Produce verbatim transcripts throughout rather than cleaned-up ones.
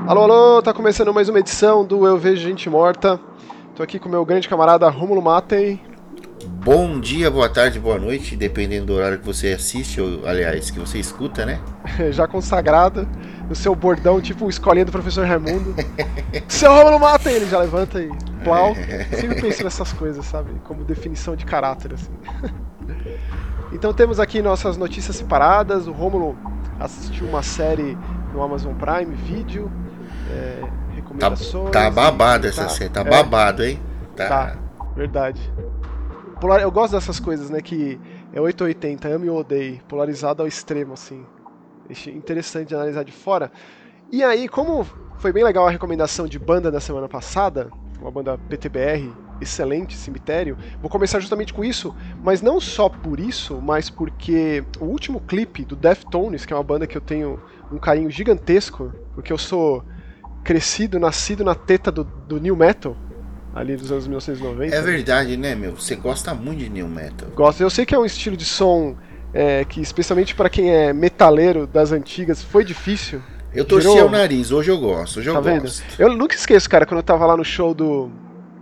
Alô, alô, tá começando mais uma edição do Eu Vejo Gente Morta. Tô aqui com meu grande camarada Rômulo Matem. Bom dia, boa tarde, boa noite, dependendo do horário que você assiste, ou aliás, que você escuta, né? Já consagrado no seu bordão, tipo escolinha do professor Raimundo. Seu Rômulo Matem! Ele já levanta e plau. Sempre penso nessas coisas, sabe? Como definição de caráter, assim. Então temos aqui nossas notícias separadas. O Rômulo assistiu uma série no Amazon Prime Video. É, Tá, recomendações. tá babado e, essa tá, série, tá é, babado, hein? Tá. Tá, verdade. Polar... Eu gosto dessas coisas, né? Que é oito ou oitenta, ame ou odeie, polarizado ao extremo, assim. Achei interessante de analisar de fora. E aí, como foi bem legal a recomendação de banda da semana passada, uma banda P T B R, excelente, Cemitério, vou começar justamente com isso, mas não só por isso, mas porque o último clipe do Deftones, que é uma banda que eu tenho um carinho gigantesco, porque eu sou crescido, nascido na teta do, do New Metal, ali dos anos mil novecentos e noventa. É verdade, né, meu? Você gosta muito de New Metal. Gosto. Eu sei que é um estilo de som é, que, especialmente para quem é metaleiro das antigas, foi difícil. Eu torcia Gerou... o nariz, hoje eu gosto, hoje eu Tá vendo? gosto. Eu nunca esqueço, cara, quando eu tava lá no show do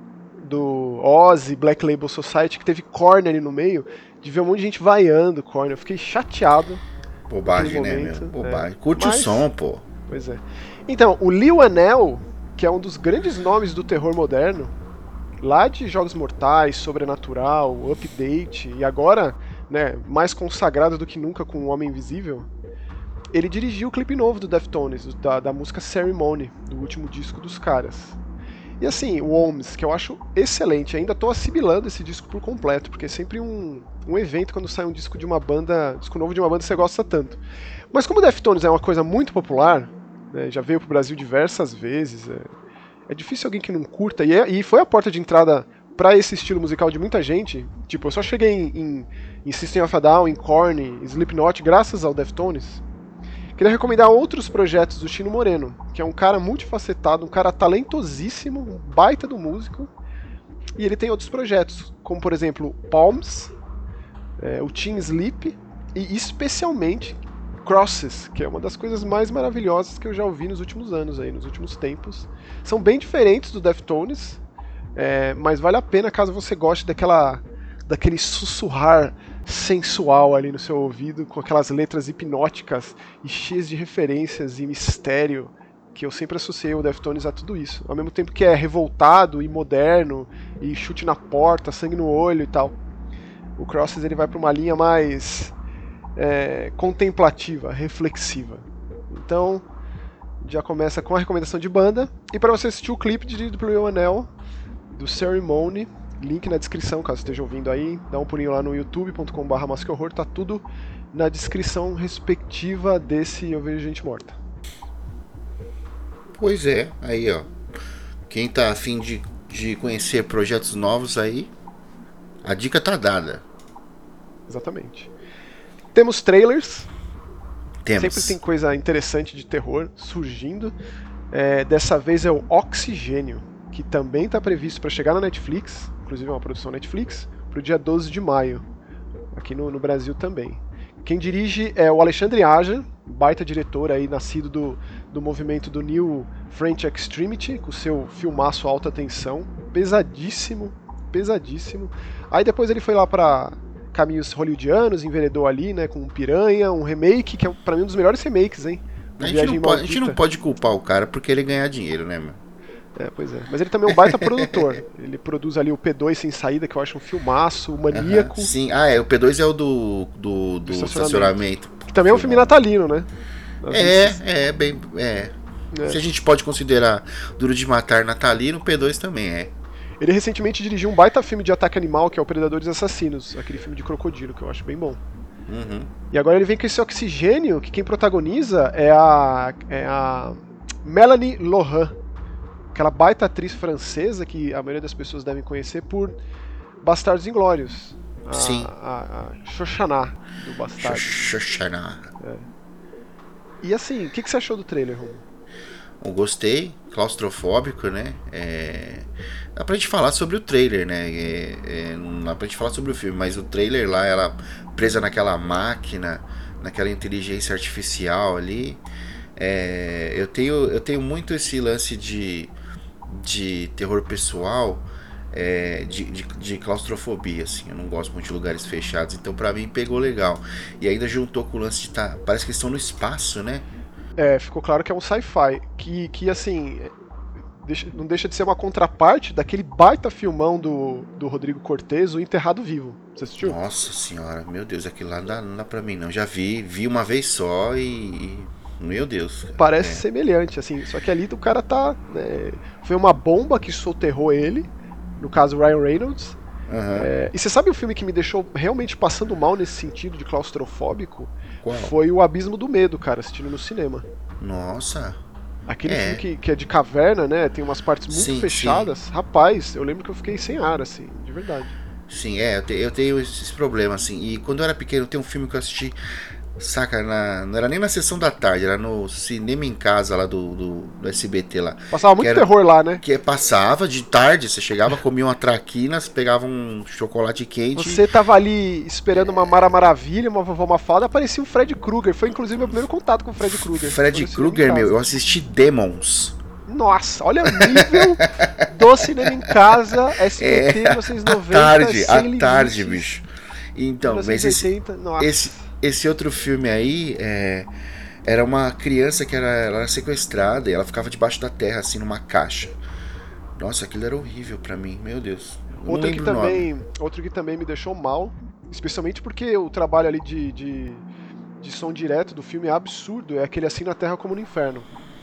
do Ozzy, Black Label Society, que teve Korn ali no meio, de ver um monte de gente vaiando Korn. Eu fiquei chateado. Bobagem, né, momento, meu? Bobagem. É. Curte Mas... o som, pô. Pois é. Então, o Lil Anel, que é um dos grandes nomes do terror moderno, lá de Jogos Mortais, Sobrenatural, Update, e agora, né, mais consagrado do que nunca com O Homem Invisível, ele dirigiu o clipe novo do Deftones, da, da música Ceremony, do último disco dos caras. E assim, o Ohms, que eu acho excelente, ainda tô assimilando esse disco por completo, porque é sempre um, um evento quando sai um disco de uma banda, disco novo de uma banda que você gosta tanto. Mas como o Deftones é uma coisa muito popular, né, já veio pro Brasil diversas vezes, é, é difícil alguém que não curta, e, é, e foi a porta de entrada para esse estilo musical de muita gente. Tipo, eu só cheguei em, em, em System of a Down, em Korn, Slipknot, graças ao Deftones. Queria recomendar outros projetos do Chino Moreno, que é um cara multifacetado, um cara talentosíssimo, um baita do músico, e ele tem outros projetos, como por exemplo Palms, é, o Team Sleep e especialmente Crosses, que é uma das coisas mais maravilhosas que eu já ouvi nos últimos anos, aí, nos últimos tempos. São bem diferentes do Deftones, é, mas vale a pena caso você goste daquela, daquele sussurrar sensual ali no seu ouvido, com aquelas letras hipnóticas e cheias de referências e mistério, que eu sempre associei o Deftones a tudo isso. Ao mesmo tempo que é revoltado e moderno, e chute na porta, sangue no olho e tal. O Crosses ele vai para uma linha mais é, contemplativa, reflexiva. Então, já começa com a recomendação de banda. E para você assistir o clipe dirigido pelo Lil Anel, do Ceremony, link na descrição, caso esteja ouvindo aí, dá um pulinho lá no youtube ponto com barra masquehorror, tá tudo na descrição respectiva desse Eu Vejo Gente Morta. Pois é, aí ó, quem tá afim de, de conhecer projetos novos aí, a dica tá dada. Exatamente. Temos trailers. Temos. Sempre tem coisa interessante de terror surgindo. É, dessa vez é o Oxigênio, que também está previsto para chegar na Netflix, inclusive é uma produção Netflix, para o dia doze de maio, aqui no, no Brasil também. Quem dirige é o Alexandre Aja, baita diretor aí, nascido do, do movimento do New French Extremity, com seu filmaço Alta Tensão, pesadíssimo, pesadíssimo. Aí depois ele foi lá para caminhos hollywoodianos, enveredou ali, né, com um Piranha, um remake, que é para mim um dos melhores remakes, hein? A gente, não pode, a gente não pode culpar o cara porque ele ganhar dinheiro, né, meu? É, pois é. Mas ele também é um baita produtor. Ele produz ali o P dois Sem Saída, que eu acho um filmaço, o Maníaco. Uhum, sim, ah, é, o P dois é o do, do, do estacionamento. estacionamento. Que também é um filme natalino, né? É, é, bem. É. É. Se a gente pode considerar Duro de Matar natalino, o P dois também é. Ele recentemente dirigiu um baita filme de ataque animal, que é o Predadores Assassinos, aquele filme de crocodilo, que eu acho bem bom. Uhum. E agora ele vem com esse Oxigênio, que quem protagoniza é a, é a Melanie Laurent, aquela baita atriz francesa que a maioria das pessoas devem conhecer por Bastardos Inglórios. A, Sim. A, a Shoshana do Bastardos. Shoshana. É. E assim, o que, que você achou do trailer, Romulo? Eu gostei, claustrofóbico, né? É... Dá pra gente falar sobre o trailer, né? É... É... Não dá pra gente falar sobre o filme, mas o trailer lá, ela presa naquela máquina, naquela inteligência artificial ali. É, eu, tenho, eu tenho muito esse lance de, de terror pessoal, é, de, de, de claustrofobia, assim. Eu não gosto muito de lugares fechados, então pra mim pegou legal. E ainda juntou com o lance de tá, parece que eles estão no espaço, né? É, ficou claro que é um sci-fi. Que, que assim, deixa- não deixa de ser uma contraparte daquele baita filmão do, do Rodrigo Cortez, O Enterrado Vivo. Você assistiu? Nossa senhora, meu Deus, aquilo lá não dá, não dá pra mim não. Já vi, vi uma vez só e. e- meu Deus. Parece É. semelhante, assim. Só que ali o cara tá. Né, foi uma bomba que soterrou ele. No caso, Ryan Reynolds. Aham. É, e você sabe o filme que me deixou realmente passando mal nesse sentido de claustrofóbico? Qual? Foi o Abismo do Medo, cara, assistindo no cinema. Nossa. Aquele filme É. que, que é de caverna, né? Tem umas partes muito Sim, sim. fechadas. Rapaz, eu lembro que eu fiquei sem ar, assim, de verdade. Sim, é, eu, te- eu tenho esses problemas, assim. E quando eu era pequeno, tem um filme que eu assisti, saca, na, não era nem na sessão da tarde, era no cinema em casa lá do, do, do S B T lá. Passava Que muito era, terror lá, né? que passava de tarde, você chegava, comia uma traquinas, pegava um chocolate quente. Você tava ali esperando uma Mara Maravilha, uma Vovó Mafalda, aparecia o Fred Krueger. Foi inclusive meu primeiro contato com o Fred Krueger. Foi Fred no cinema em Krueger, meu, casa. eu assisti Demons. Nossa, olha o nível do cinema em casa, S B T É, mil novecentos e à noventa, tarde, à sem tarde, limites. bicho. Então, mas esse, mil novecentos e oitenta, nossa. esse, esse outro filme aí é, era uma criança que era, ela era sequestrada e ela ficava debaixo da terra, assim, numa caixa. Nossa, aquilo era horrível pra mim, meu Deus. Eu não Outro que lembro o nome. também, outro que também me deixou mal, especialmente porque o trabalho ali de, de, de som direto do filme é absurdo, é aquele Assim na Terra como no Inferno.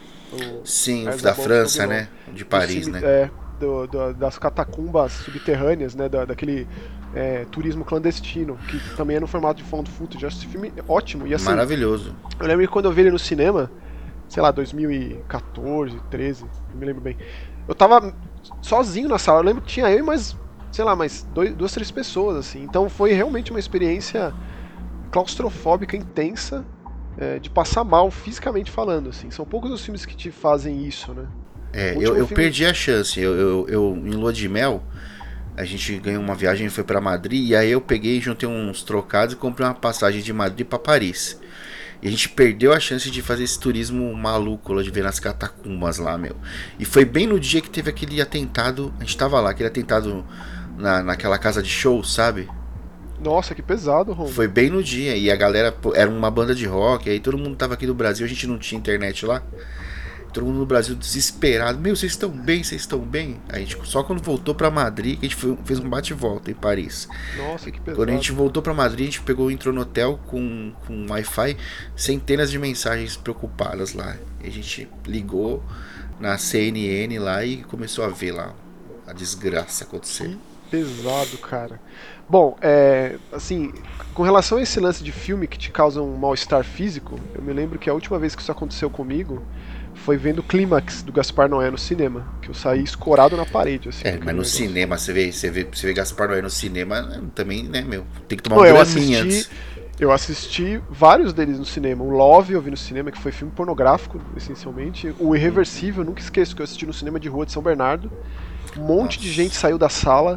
O Sim, o As da Above, So França, Below. né? De Do Paris, cime- né? é, do- do- das catacumbas subterrâneas, né? Da, daquele é, turismo clandestino, que também é no formato de found footage. Esse filme é ótimo. E assim, Maravilhoso. eu lembro que quando eu vi ele no cinema, sei lá, dois mil e quatorze, treze, não me lembro bem. Eu tava sozinho na sala. Eu lembro que tinha eu e mais, sei lá, mais dois, duas, três pessoas, assim. Então foi realmente uma experiência claustrofóbica intensa, é, de passar mal fisicamente falando, assim. São poucos os filmes que te fazem isso, né? É, O eu, último eu filme. perdi a chance. Eu, eu, eu, em lua de mel, a gente ganhou uma viagem e foi pra Madrid. E aí eu peguei, juntei uns trocados e comprei uma passagem de Madrid pra Paris. E a gente perdeu a chance de fazer esse turismo maluco lá, de ver nas catacumbas lá, meu. E foi bem no dia que teve aquele atentado. A gente tava lá, aquele atentado na, naquela casa de show, sabe? Nossa, que pesado, Ron. Foi bem no dia. E a galera, pô, era uma banda de rock. Aí todo mundo tava aqui do Brasil, a gente não tinha internet lá. Todo mundo no Brasil desesperado. Meu, vocês estão bem? Vocês estão bem? A gente só quando voltou pra Madrid que a gente foi- fez um bate-volta em Paris. Nossa, que pesado. Quando a gente voltou pra Madrid, a gente pegou, entrou no hotel com, com Wi-Fi, centenas de mensagens preocupadas lá. E a gente ligou na C N N lá e começou a ver lá a desgraça acontecer. Que pesado, cara. Bom, é, assim, com relação a esse lance de filme que te causa um mal-estar físico, eu me lembro que a última vez que isso aconteceu comigo foi vendo o Clímax do Gaspar Noé no cinema, que eu saí escorado na parede, assim. É, daquele mas no negócio. cinema, você vê, você vê, você vê Gaspar Noé no cinema, né, também, né, meu? Tem que tomar Não, um eu draminha assisti, antes. eu assisti vários deles no cinema. O Love eu vi no cinema, que foi filme pornográfico, essencialmente. O Irreversível, eu nunca esqueço, que eu assisti no cinema de rua de São Bernardo. Um monte de Nossa. gente saiu da sala.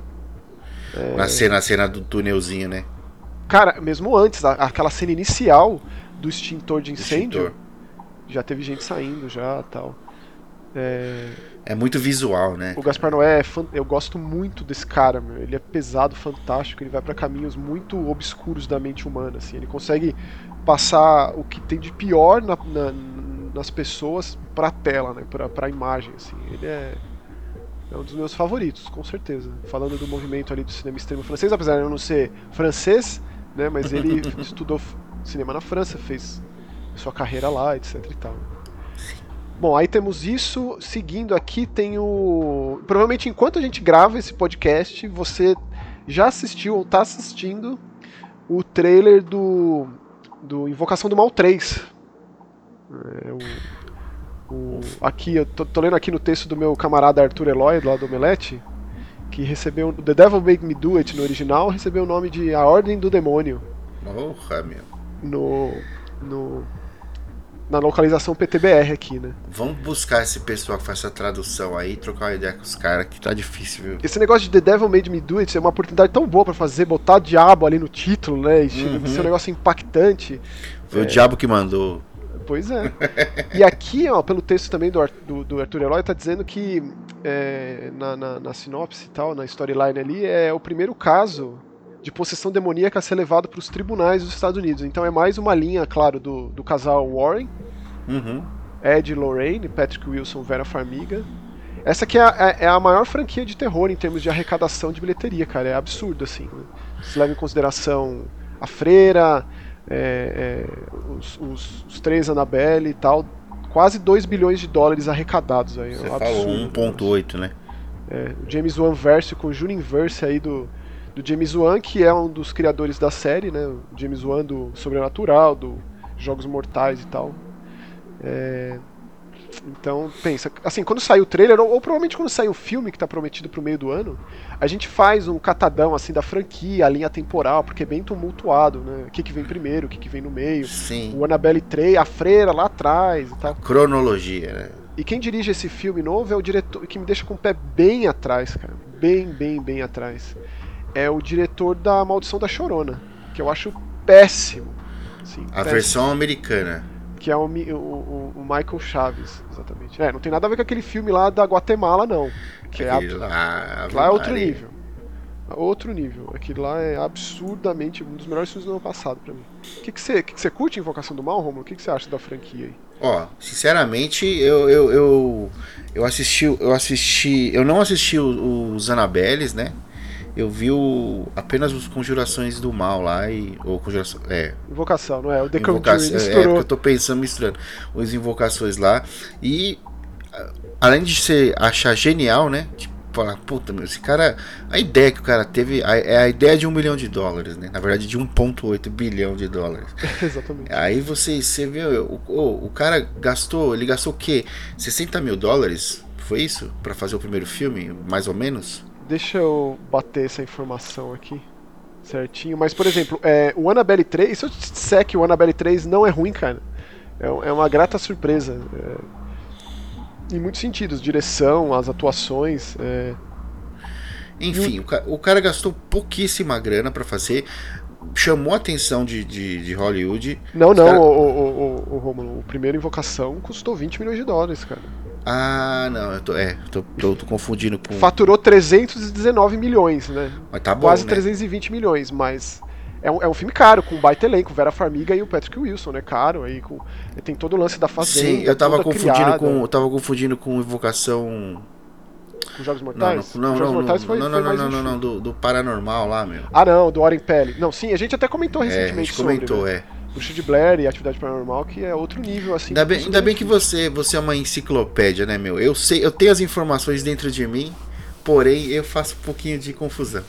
Na cena, na cena do túnelzinho, né? Cara, mesmo antes, a- aquela cena inicial do extintor de incêndio, Extintor. já teve gente saindo já, tal. É, É muito visual, né? o Gaspar Noé, é fan- eu gosto muito desse cara, meu. Ele é pesado, fantástico, ele vai pra caminhos muito obscuros da mente humana, assim. Ele consegue passar o que tem de pior na- na- nas pessoas pra tela, né, pra, pra imagem, assim. Ele é, é um dos meus favoritos, com certeza. Falando do movimento ali do cinema extremo francês, apesar de eu não ser francês, né, mas ele estudou f- cinema na França, fez sua carreira lá, etc e tal. Bom, aí temos isso. Seguindo aqui tem o... Provavelmente enquanto a gente grava esse podcast, você já assistiu ou tá assistindo o trailer do, do Invocação do Mal três. É, o, o- aqui, eu tô, tô lendo aqui no texto do meu camarada Arthur Eloy, lá do Omelete, que recebeu... The Devil Made Me Do It no original, recebeu o nome de A Ordem do Demônio Porra, meu. no... no na localização P T B R aqui, né? Vamos buscar esse pessoal que faz essa tradução aí, trocar uma ideia com os caras, que tá difícil, viu? Esse negócio de The Devil Made Me Do It é uma oportunidade tão boa pra fazer, botar diabo ali no título, né? E Uhum. ser um negócio impactante. Foi o diabo que mandou. Pois é. E aqui, ó, pelo texto também do, Ar- do, do Arthur Eloy, tá dizendo que é, na, na, na sinopse e tal, na storyline ali, é o primeiro caso de possessão demoníaca a ser levado para os tribunais dos Estados Unidos. Então é mais uma linha, claro, do, do casal Warren, Uhum. Ed e Lorraine, Patrick Wilson, Vera Farmiga. Essa aqui é a, é a maior franquia de terror em termos de arrecadação de bilheteria, cara. É absurdo, assim. Né? Se leva em consideração a Freira, é, é, os, os, os três Annabelle e tal. Quase dois bilhões de dólares arrecadados aí. Você É um falou absurdo, um ponto oito, né? É, o James Wan verse, o conjuro inverse aí do, do James Wan, que é um dos criadores da série, né? O James Wan do Sobrenatural, do Jogos Mortais e tal. É, então, pensa, assim, quando sair o trailer, ou, ou provavelmente quando sair o filme que tá prometido pro meio do ano, a gente faz um catadão, assim, da franquia, a linha temporal, porque é bem tumultuado, né? O que que vem primeiro, o que que vem no meio. Sim. O Annabelle três, a Freira lá atrás e tal. Cronologia, né? E quem dirige esse filme novo é o diretor, que me deixa com o pé bem atrás, cara. Bem, bem, bem atrás. É o diretor da Maldição da Chorona, que eu acho péssimo. Assim, A péssimo. versão americana. Que é o, Mi- o- o- o Michael Chaves, exatamente. É, não tem nada a ver com aquele filme lá da Guatemala, não. Que é, Aquele ab- lá, lá é outro Maria. nível. Outro nível. Aquilo lá é absurdamente um dos melhores filmes do ano passado pra mim. O que, que, você, que, que você curte Invocação do Mal, Romulo? O que, que você acha da franquia aí? Ó, sinceramente, eu, eu, eu, eu assisti. Eu assisti. Eu não assisti o- os Annabelles, né? Eu vi o, apenas os Conjurações do Mal lá e. Ou Conjuração. É. Invocação, não é? O The Invoca- Conjuring é, porque misturou. eu tô pensando misturando os invocações lá. E a- além de você achar genial, né? Tipo, falar, puta, meu, esse cara. A ideia que o cara teve a- é a ideia de um milhão de dólares, né? Na verdade, de um ponto oito bilhão de dólares. Exatamente. Aí você, você vê, o, o, o cara gastou, ele gastou o quê? sessenta mil dólares? Foi isso? Pra fazer o primeiro filme, mais ou menos? Deixa eu bater essa informação aqui certinho. Mas, por exemplo, é, o Annabelle três, se eu te disser que o Annabelle três não é ruim, cara, é, é uma grata surpresa. É, em muitos sentidos, direção, as atuações. É, Enfim, o, ca- o cara gastou pouquíssima grana pra fazer, chamou a atenção de, de, de Hollywood. Não, Os não, cara- o, o, o, o Romulo, o primeiro Invocação custou vinte milhões de dólares, cara. Ah, não, eu tô, é, tô, tô, tô confundindo com. Faturou trezentos e dezenove milhões, né? Mas tá bom, Quase né? trezentos e vinte milhões, mas é um, é um filme caro, com um baita elenco, Vera Farmiga e o Patrick Wilson, né? Caro, aí com, tem todo o lance da fazenda. Sim, eu tava toda confundindo criada, com. Eu tava confundindo com Invocação. com Jogos Não, Mortais. não, não, Jogos não, Mortais não, foi, não, foi não, mais não, um não, filme. não, do, do Paranormal lá, meu. Ah, não, do Warren Pele. Não, sim, a gente até comentou É, a recentemente gente sobre, comentou, né? é. Bruxa de Blair e Atividade Paranormal, que é outro nível, assim. Ainda bem, ainda bem que absurdamente você, você é uma enciclopédia, né, meu? Eu sei, eu tenho as informações dentro de mim, porém eu faço um pouquinho de confusão.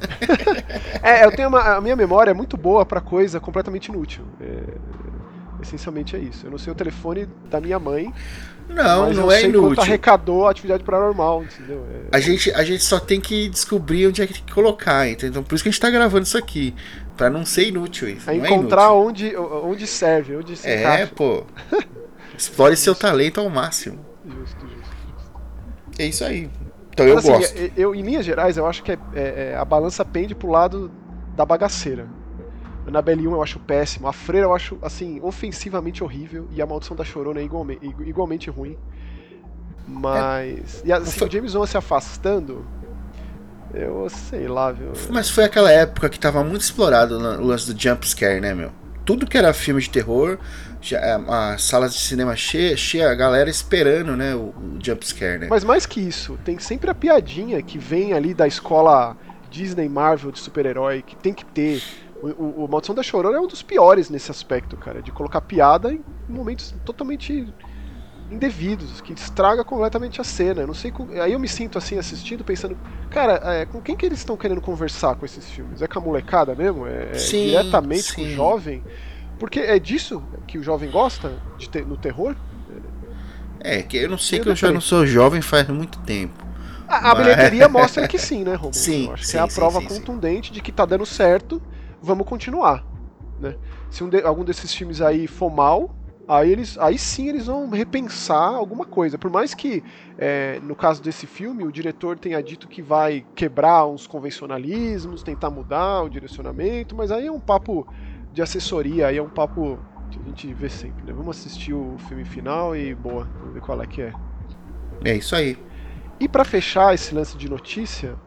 É, eu tenho uma, a minha memória é muito boa pra coisa completamente inútil. É, essencialmente é isso. Eu não sei o telefone da minha mãe, Não, mas não eu é sei quanto inútil. arrecadou a atividade paranormal, entendeu? É, A gente, a gente só tem que descobrir onde é que tem que colocar, entendeu? Então, por isso que a gente tá gravando isso aqui. Pra não ser inútil isso. é não encontrar é inútil. onde, onde serve, onde se É, encaixa. pô. Explore seu talento ao máximo. Justo, justo. É isso aí. Então eu Mas, assim, gosto. eu- eu, em linhas gerais, eu acho que é- é- é, a balança pende pro lado da bagaceira. Annabelle um eu acho péssimo, a Freira eu acho, assim, ofensivamente horrível, e a Maldição da Chorona é igualmente, igualmente ruim. Mas... E assim, Foi- o James Wan se afastando, eu sei lá, viu? Mas foi aquela época que tava muito explorado o lance do jump scare, né, meu? Tudo que era filme de terror, já, as salas de cinema cheia, cheia, a galera esperando, né, o, o jump scare, né? Mas mais que isso, tem sempre a piadinha que vem ali da escola Disney Marvel de super-herói, que tem que ter. O, o, o Maldição da Chorona é um dos piores nesse aspecto, cara, de colocar piada em momentos totalmente indevidos, que estraga completamente a cena. Eu não sei com... Aí eu me sinto assim assistindo, pensando, cara, é, com quem que eles estão querendo conversar com esses filmes? É com a molecada mesmo? É, é Sim, diretamente com o sim. jovem? Porque é disso que o jovem gosta de ter, no terror? É, que eu não sei Eu que eu não já sei. não sou jovem faz muito tempo. A, a Mas- bilheteria mostra que sim, né, Romulo? Sim, Eu acho sim, que é a sim, prova sim, sim. contundente de que tá dando certo, vamos continuar. Né? Se um de- algum desses filmes aí for mal, aí, eles, aí sim eles vão repensar alguma coisa. Por mais que, é, no caso desse filme, o diretor tenha dito que vai quebrar uns convencionalismos, tentar mudar o direcionamento, mas aí é um papo de assessoria, aí é um papo A gente vê sempre, né? Vamos assistir o filme final e boa, vamos ver qual é que é. É isso aí. E pra fechar esse lance de notícia,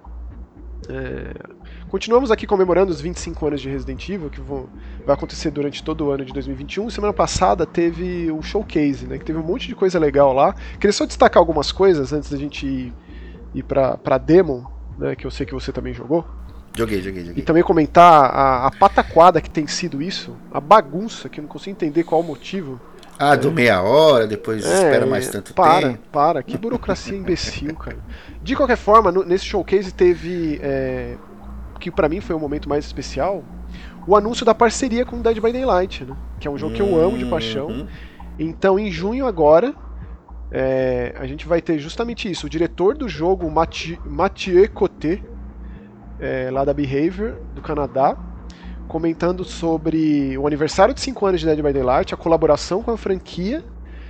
é... continuamos aqui comemorando os vinte e cinco anos de Resident Evil, que vão... vai acontecer durante todo o ano de dois mil e vinte e um. Semana passada teve o showcase, né? Que teve um monte de coisa legal lá. Queria só destacar algumas coisas antes da gente ir, ir pra, pra Demon, né? Que eu sei que você também jogou. Joguei, joguei, joguei. E também comentar a, a pataquada que tem sido isso, a bagunça, que eu não consigo entender qual o motivo. Ah, do é. meia hora, depois é, espera mais tanto para, tempo. Para, para, que burocracia imbecil, cara. De qualquer forma, no, nesse showcase teve, é, que pra mim foi o momento mais especial, o anúncio da parceria com Dead by Daylight, né? Que é um jogo hum, que eu amo de paixão. Hum. Então, em junho agora, é, a gente vai ter justamente isso. O diretor do jogo, Mathieu, Mathieu Coté, é, lá da Behavior, do Canadá, comentando sobre o aniversário de cinco anos de Dead by Daylight, a colaboração com a franquia,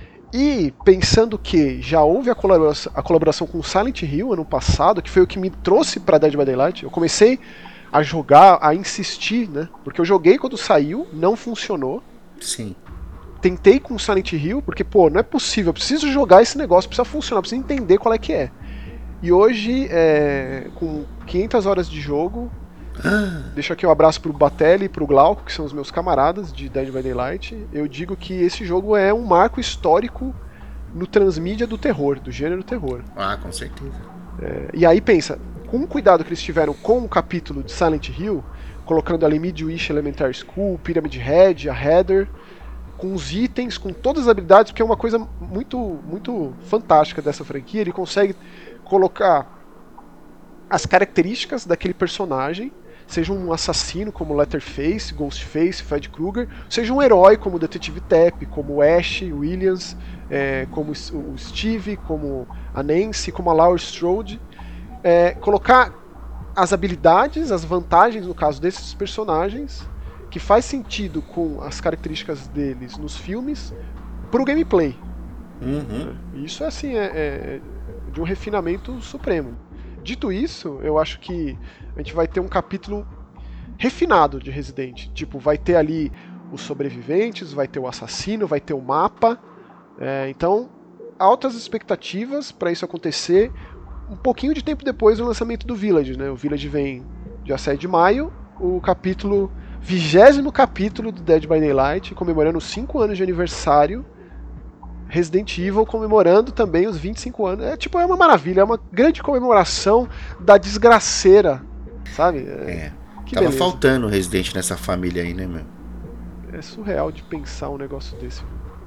e pensando que já houve a colaboração, a colaboração com Silent Hill ano passado, que foi o que me trouxe para Dead by Daylight. Eu comecei a jogar, a insistir, né? Porque eu joguei quando saiu, não funcionou. Sim. Tentei com Silent Hill, porque, pô, não é possível, eu preciso jogar esse negócio, precisa funcionar, eu preciso entender qual é que é. E hoje, é, com quinhentas horas de jogo, ah. deixo aqui um abraço pro Batelli e pro Glauco, que são os meus camaradas de Dead by Daylight. Eu digo que esse jogo é um marco histórico no transmídia do terror, do gênero terror. Ah, com certeza. É, e aí pensa, com o cuidado que eles tiveram com o capítulo de Silent Hill, colocando ali Midwich Elementary School, Pyramid Head, a Heather, com os itens, com todas as habilidades, porque é uma coisa muito, muito fantástica dessa franquia. Ele consegue colocar as características daquele personagem, seja um assassino como Letterface, Ghostface, Fred Krueger, seja um herói como o Detetive Tapp, como o Ash Williams, é, como o Steve, como a Nancy, como a Laurie Strode, é, colocar as habilidades, as vantagens no caso desses personagens, que faz sentido com as características deles nos filmes, pro gameplay. Uhum. Isso assim é, é de um refinamento supremo. Dito isso, eu acho que a gente vai ter um capítulo refinado de Resident. Tipo, vai ter ali os sobreviventes, vai ter o assassino, vai ter o mapa. É, então, altas expectativas para isso acontecer um pouquinho de tempo depois do lançamento do Village, né? O Village vem dia sete de maio, o capítulo, vigésimo capítulo do Dead by Daylight, comemorando os cinco anos de aniversário. Resident Evil comemorando também os vinte e cinco anos. É tipo, é uma maravilha, é uma grande comemoração da desgraceira, sabe? É, é. Que Tava beleza. faltando Resident nessa família aí, né, meu? É surreal de pensar um negócio desse.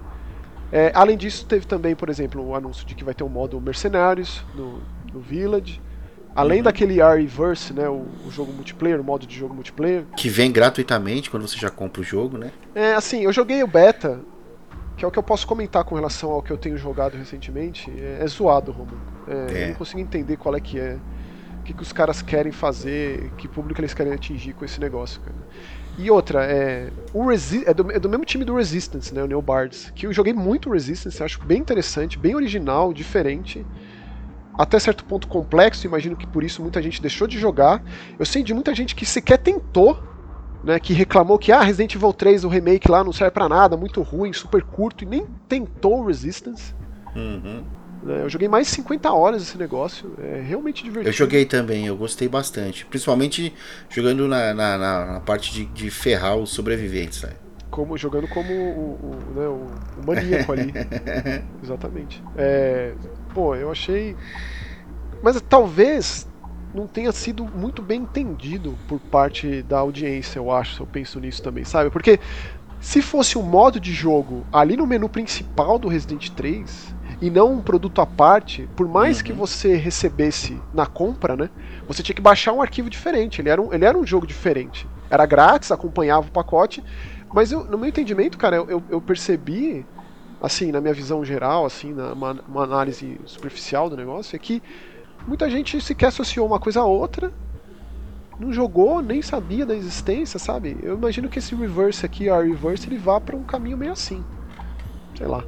É, além disso, teve também, por exemplo, o anúncio de que vai ter um modo Mercenários no, no Village. Além uhum. daquele R-Reverse, né, o, o jogo multiplayer, o modo de jogo multiplayer. Que vem gratuitamente quando você já compra o jogo, né? É, assim, eu joguei o beta, que é o que eu posso comentar com relação ao que eu tenho jogado recentemente. É, é zoado, Romulo. É, é. Eu não consigo entender qual é que é, o que, que os caras querem fazer, que público eles querem atingir com esse negócio, cara. E outra, é, o Resi é, do, é do mesmo time do Resistance, né, o Neo Bards, que eu joguei muito Resistance, acho bem interessante, bem original, diferente, até certo ponto complexo, imagino que por isso muita gente deixou de jogar. Eu sei de muita gente que sequer tentou, né, que reclamou que ah, Resident Evil três, o remake lá não serve pra nada, muito ruim, super curto, e nem tentou o Resistance. Uhum. Eu joguei mais de cinquenta horas esse negócio, é realmente divertido. Eu joguei também, eu gostei bastante, principalmente jogando na, na, na parte de, de ferrar os sobreviventes, sabe? Como, jogando como o, o, né, o, o maníaco ali. Exatamente. É, pô, eu achei... Mas talvez não tenha sido muito bem entendido por parte da audiência, eu acho, se eu penso nisso também, sabe? Porque se fosse um modo de jogo ali no menu principal do Resident três... e não um produto à parte, por mais uhum. que você recebesse na compra, né, você tinha que baixar um arquivo diferente, ele era um, ele era um jogo diferente. Era grátis, acompanhava o pacote, mas eu, no meu entendimento, cara, eu, eu percebi, assim, na minha visão geral, assim, na, uma, uma análise superficial do negócio, é que muita gente sequer associou uma coisa a outra, não jogou, nem sabia da existência, sabe? Eu imagino que esse Reverse aqui, a Reverse, ele vá para um caminho meio assim. Sei lá.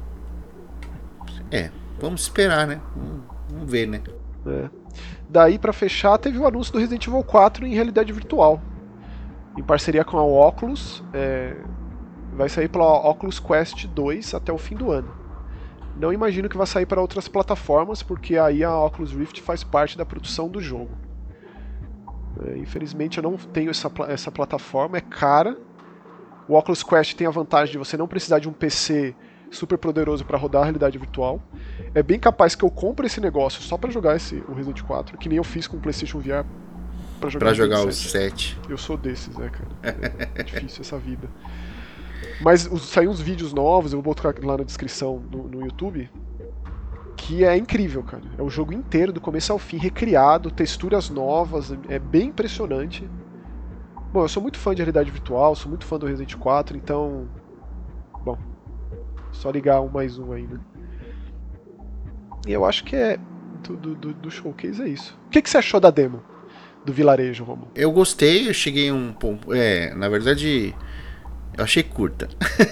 É, vamos esperar, né? Vamos, vamos ver, né? É. Daí, pra fechar, teve o anúncio do Resident Evil quatro em realidade virtual. Em parceria com a Oculus. É... vai sair pela Oculus Quest dois até o fim do ano. Não imagino que vai sair para outras plataformas, porque aí a Oculus Rift faz parte da produção do jogo. É, infelizmente eu não tenho essa, essa plataforma, é cara. O Oculus Quest tem a vantagem de você não precisar de um P C super poderoso para rodar a realidade virtual. É bem capaz que eu compre esse negócio só para jogar esse, o Resident quatro, que nem eu fiz com o PlayStation V R para jogar, pra jogar o sete. Eu sou desses, né, cara? É, é difícil essa vida. Mas os, saiu uns vídeos novos, eu vou botar lá na descrição no, no YouTube, que é incrível, cara. É o jogo inteiro, do começo ao fim, recriado, texturas novas, é bem impressionante. Bom, eu sou muito fã de realidade virtual, sou muito fã do Resident quatro, então... Bom, só ligar um mais um aí, né? E eu acho que é... Do, do, do showcase é isso. O que, que você achou da demo? Do vilarejo, Romulo? Eu gostei, eu cheguei um pouco... É, na verdade... Eu achei curta.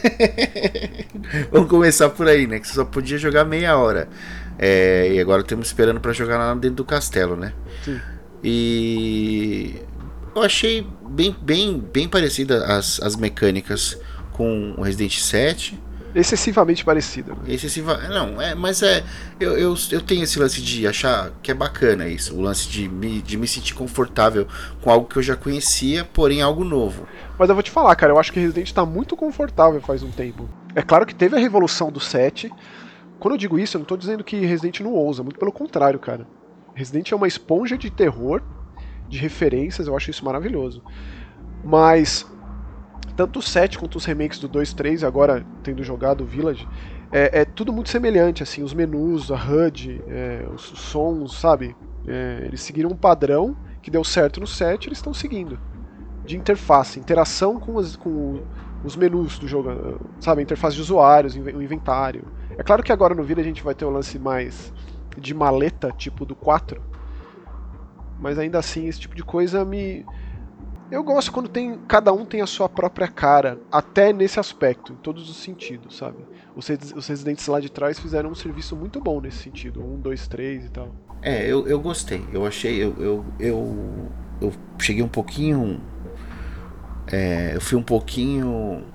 Vamos começar por aí, né? Que você só podia jogar meia hora. É, e agora estamos esperando pra jogar lá dentro do castelo, né? Sim. E... Eu achei bem, bem, bem parecida as, as mecânicas com o Resident sete. Excessivamente parecida, né? Excessiva... Não, é, mas é. Eu, eu, eu tenho esse lance de achar que é bacana isso. O lance de me, de me sentir confortável com algo que eu já conhecia, porém algo novo. Mas eu vou te falar, cara, eu acho que Resident tá muito confortável faz um tempo. É claro que teve a revolução do sete. Quando eu digo isso, eu não tô dizendo que Resident não ousa, muito pelo contrário, cara. Resident é uma esponja de terror, de referências, eu acho isso maravilhoso. Mas tanto o sete quanto os remakes do dois, três, agora tendo jogado o Village, é, é tudo muito semelhante, assim, os menus, a H U D, é, os sons, sabe? É, eles seguiram um padrão que deu certo no sete, eles estão seguindo. De interface, interação com, as, com os menus do jogo, sabe? A interface de usuários, o inventário. É claro que agora no Village a gente vai ter um lance mais de maleta, tipo do quatro, mas ainda assim esse tipo de coisa me... Eu gosto quando tem, cada um tem a sua própria cara, até nesse aspecto, em todos os sentidos, sabe? Os, os residentes lá de trás fizeram um serviço muito bom nesse sentido, um, dois, três e tal. É, eu, eu gostei, eu achei, eu, eu, eu, eu cheguei um pouquinho, é, eu fui um pouquinho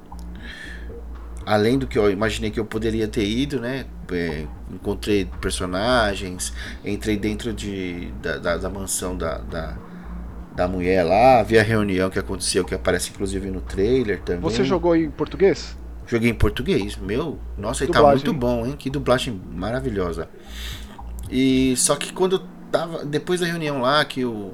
além do que eu imaginei que eu poderia ter ido, né? É, encontrei personagens, entrei dentro de, da, da, da mansão da, da, da mulher lá, vi a reunião que aconteceu, que aparece inclusive no trailer também. Você jogou em português? Joguei em português, meu, nossa, ele tá muito bom, hein? Que dublagem maravilhosa. E só que quando eu tava, depois da reunião lá, que o...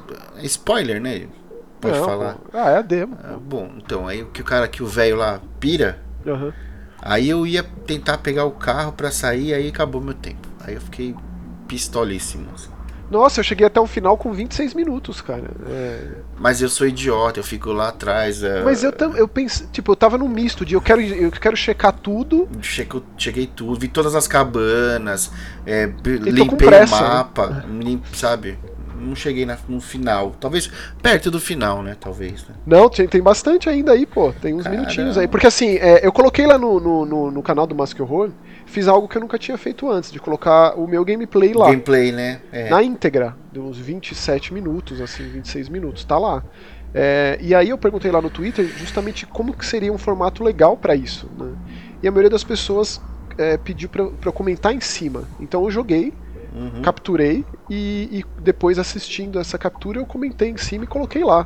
Spoiler, né? Pode Não, falar. Pô. Ah, é a demo. Ah, bom, então, aí que o cara, que o velho lá pira... Uhum. Aí eu ia tentar pegar o carro pra sair, aí acabou meu tempo. Aí eu fiquei pistolíssimo, assim. Nossa, eu cheguei até o final com vinte e seis minutos, cara. É... Mas eu sou idiota, eu fico lá atrás. Uh... Mas eu, tam, eu pensei, tipo, eu tava num misto de eu quero, eu quero checar tudo. Checo, cheguei tudo, vi todas as cabanas, é, limpei o mapa, né? limp, sabe? Não cheguei na, no final. Talvez perto do final, né? Talvez. Né? Não, tem, tem bastante ainda aí, pô. Tem uns Caramba. minutinhos aí. Porque assim, é, eu coloquei lá no, no, no, no canal do Mask Horror, fiz algo que eu nunca tinha feito antes, de colocar o meu gameplay lá. Gameplay, né? É. Na íntegra, de uns vinte e sete minutos, assim, vinte e seis minutos, tá lá. É, e aí eu perguntei lá no Twitter justamente como que seria um formato legal pra isso, né? E a maioria das pessoas é, pediu pra, pra eu comentar em cima. Então eu joguei, uhum. capturei e, e depois assistindo essa captura eu comentei em cima e coloquei lá.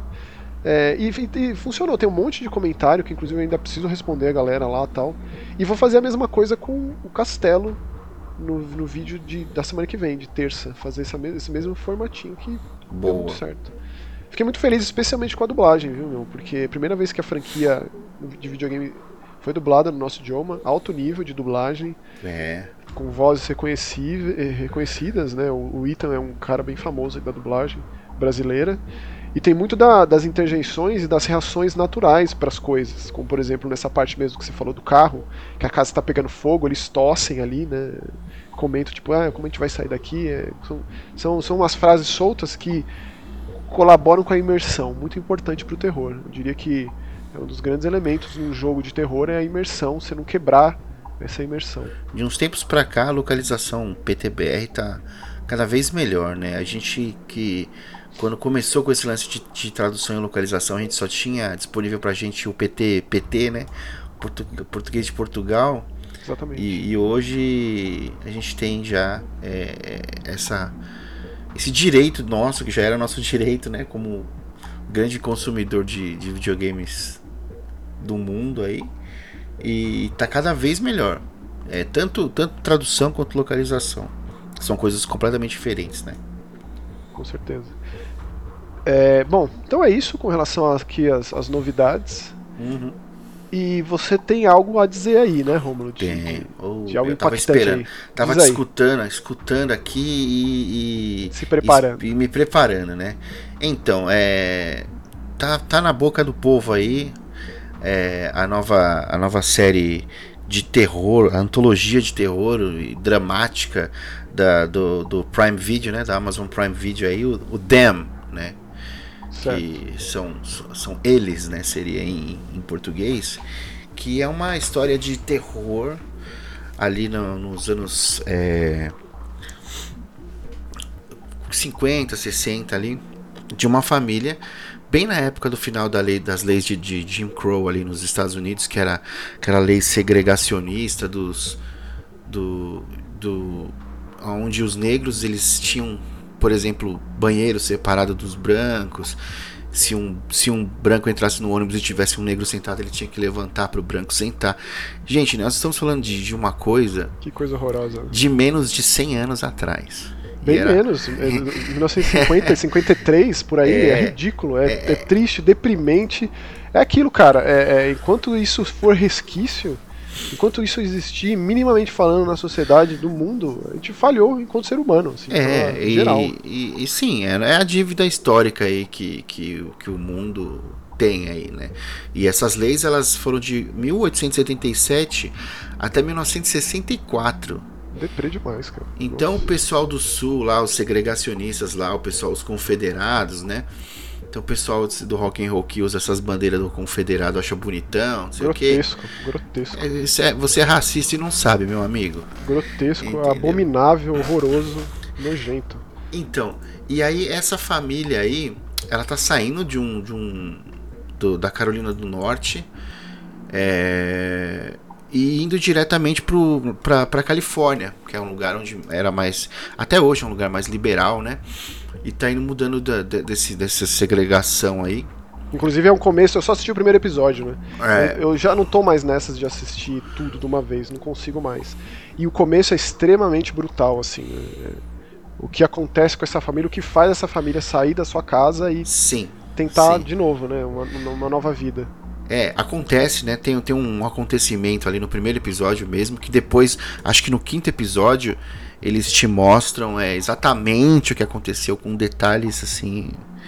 É, e, e funcionou, tem um monte de comentário que inclusive eu ainda preciso responder a galera lá e tal. E vou fazer a mesma coisa com o castelo no, no vídeo de, da semana que vem, de terça. Fazer essa, esse mesmo formatinho que Boa. deu muito certo. Fiquei muito feliz, especialmente com a dublagem, viu, meu? Porque é a primeira vez que a franquia de videogame foi dublada no nosso idioma, alto nível de dublagem, é. com vozes reconhecidas, né? O, o Ethan é um cara bem famoso da dublagem brasileira. E tem muito da, das interjeições e das reações naturais para as coisas, como por exemplo nessa parte mesmo que você falou do carro, que a casa está pegando fogo, eles tossem ali, né? Comentam tipo, ah, como a gente vai sair daqui? É, são, são, são umas frases soltas que colaboram com a imersão, muito importante para o terror. Eu diria que é um dos grandes elementos num jogo de terror é a imersão, você não quebrar essa imersão. De uns tempos pra cá, a localização P T B R tá cada vez melhor, né? A gente que quando começou com esse lance de, de tradução e localização, a gente só tinha disponível pra gente o P T, P T, né? Portu, português de Portugal. Exatamente. E, e hoje a gente tem já é, essa, esse direito nosso, que já era nosso direito, né? Como grande consumidor de, de videogames do mundo aí. E tá cada vez melhor. É, tanto, tanto tradução quanto localização. São coisas completamente diferentes, né? Com certeza. É, bom, então é isso com relação aqui às, às novidades. Uhum. E você tem algo a dizer aí, né, Rômulo? De, Tem. de, Oh, de algo eu tava impactante esperando. aí. Tava Diz te aí. escutando, escutando aqui e, e, Se preparando. e, e me preparando, né? Então, é. Tá, tá na boca do povo aí. É, a, nova, a nova série de terror, a antologia de terror e dramática da, do, do Prime Video, né? Da Amazon Prime Video aí, o, o Them, né? Certo. Que são, são eles, né? Seria em, em português. Que é uma história de terror ali no, nos anos é, cinquenta, sessenta ali, de uma família bem na época do final da lei, das leis de, de Jim Crow ali nos Estados Unidos, que era aquela lei segregacionista dos do, do onde os negros eles tinham, por exemplo, banheiro separado dos brancos. Se um, se um branco entrasse no ônibus e tivesse um negro sentado, ele tinha que levantar para o branco sentar. Gente, nós estamos falando de, de uma coisa Que coisa horrorosa. de menos de cem anos atrás. Bem era... menos. É, mil novecentos e cinquenta, cinquenta e três, por aí, é, é ridículo. É, é, é triste, deprimente. É aquilo, cara. É, é, enquanto isso for resquício, enquanto isso existir minimamente falando na sociedade do mundo, a gente falhou enquanto ser humano, assim, é, em e, geral. E, e sim, é, é a dívida histórica aí que, que, que o mundo tem aí, né? E essas leis elas foram de mil oitocentos e setenta e sete até mil novecentos e sessenta e quatro. Deprê demais, cara. Então Nossa. o pessoal do sul lá, os segregacionistas lá, o pessoal, os confederados, né? Então o pessoal do rock and roll que usa essas bandeiras do confederado acha bonitão, não sei grotesco, o quê. grotesco. É, você é racista e não sabe, meu amigo. Grotesco, entendeu? Abominável, horroroso, nojento. Então, e aí essa família aí, ela tá saindo de um, de um do, da Carolina do Norte, é, e indo diretamente pro, pra, pra Califórnia, que é um lugar onde era mais, até hoje é um lugar mais liberal, né? E tá indo mudando da, da, desse, dessa segregação aí. Inclusive é um começo, eu só assisti o primeiro episódio, né? É. Eu, eu já não tô mais nessas de assistir tudo de uma vez, não consigo mais. E o começo é extremamente brutal, assim. É, o que acontece com essa família, o que faz essa família sair da sua casa e sim, tentar sim. de novo, né? Uma, uma nova vida. É, acontece, né? Tem, tem um acontecimento ali no primeiro episódio mesmo, que depois, acho que no quinto episódio, eles te mostram é, exatamente o que aconteceu, com detalhes assim.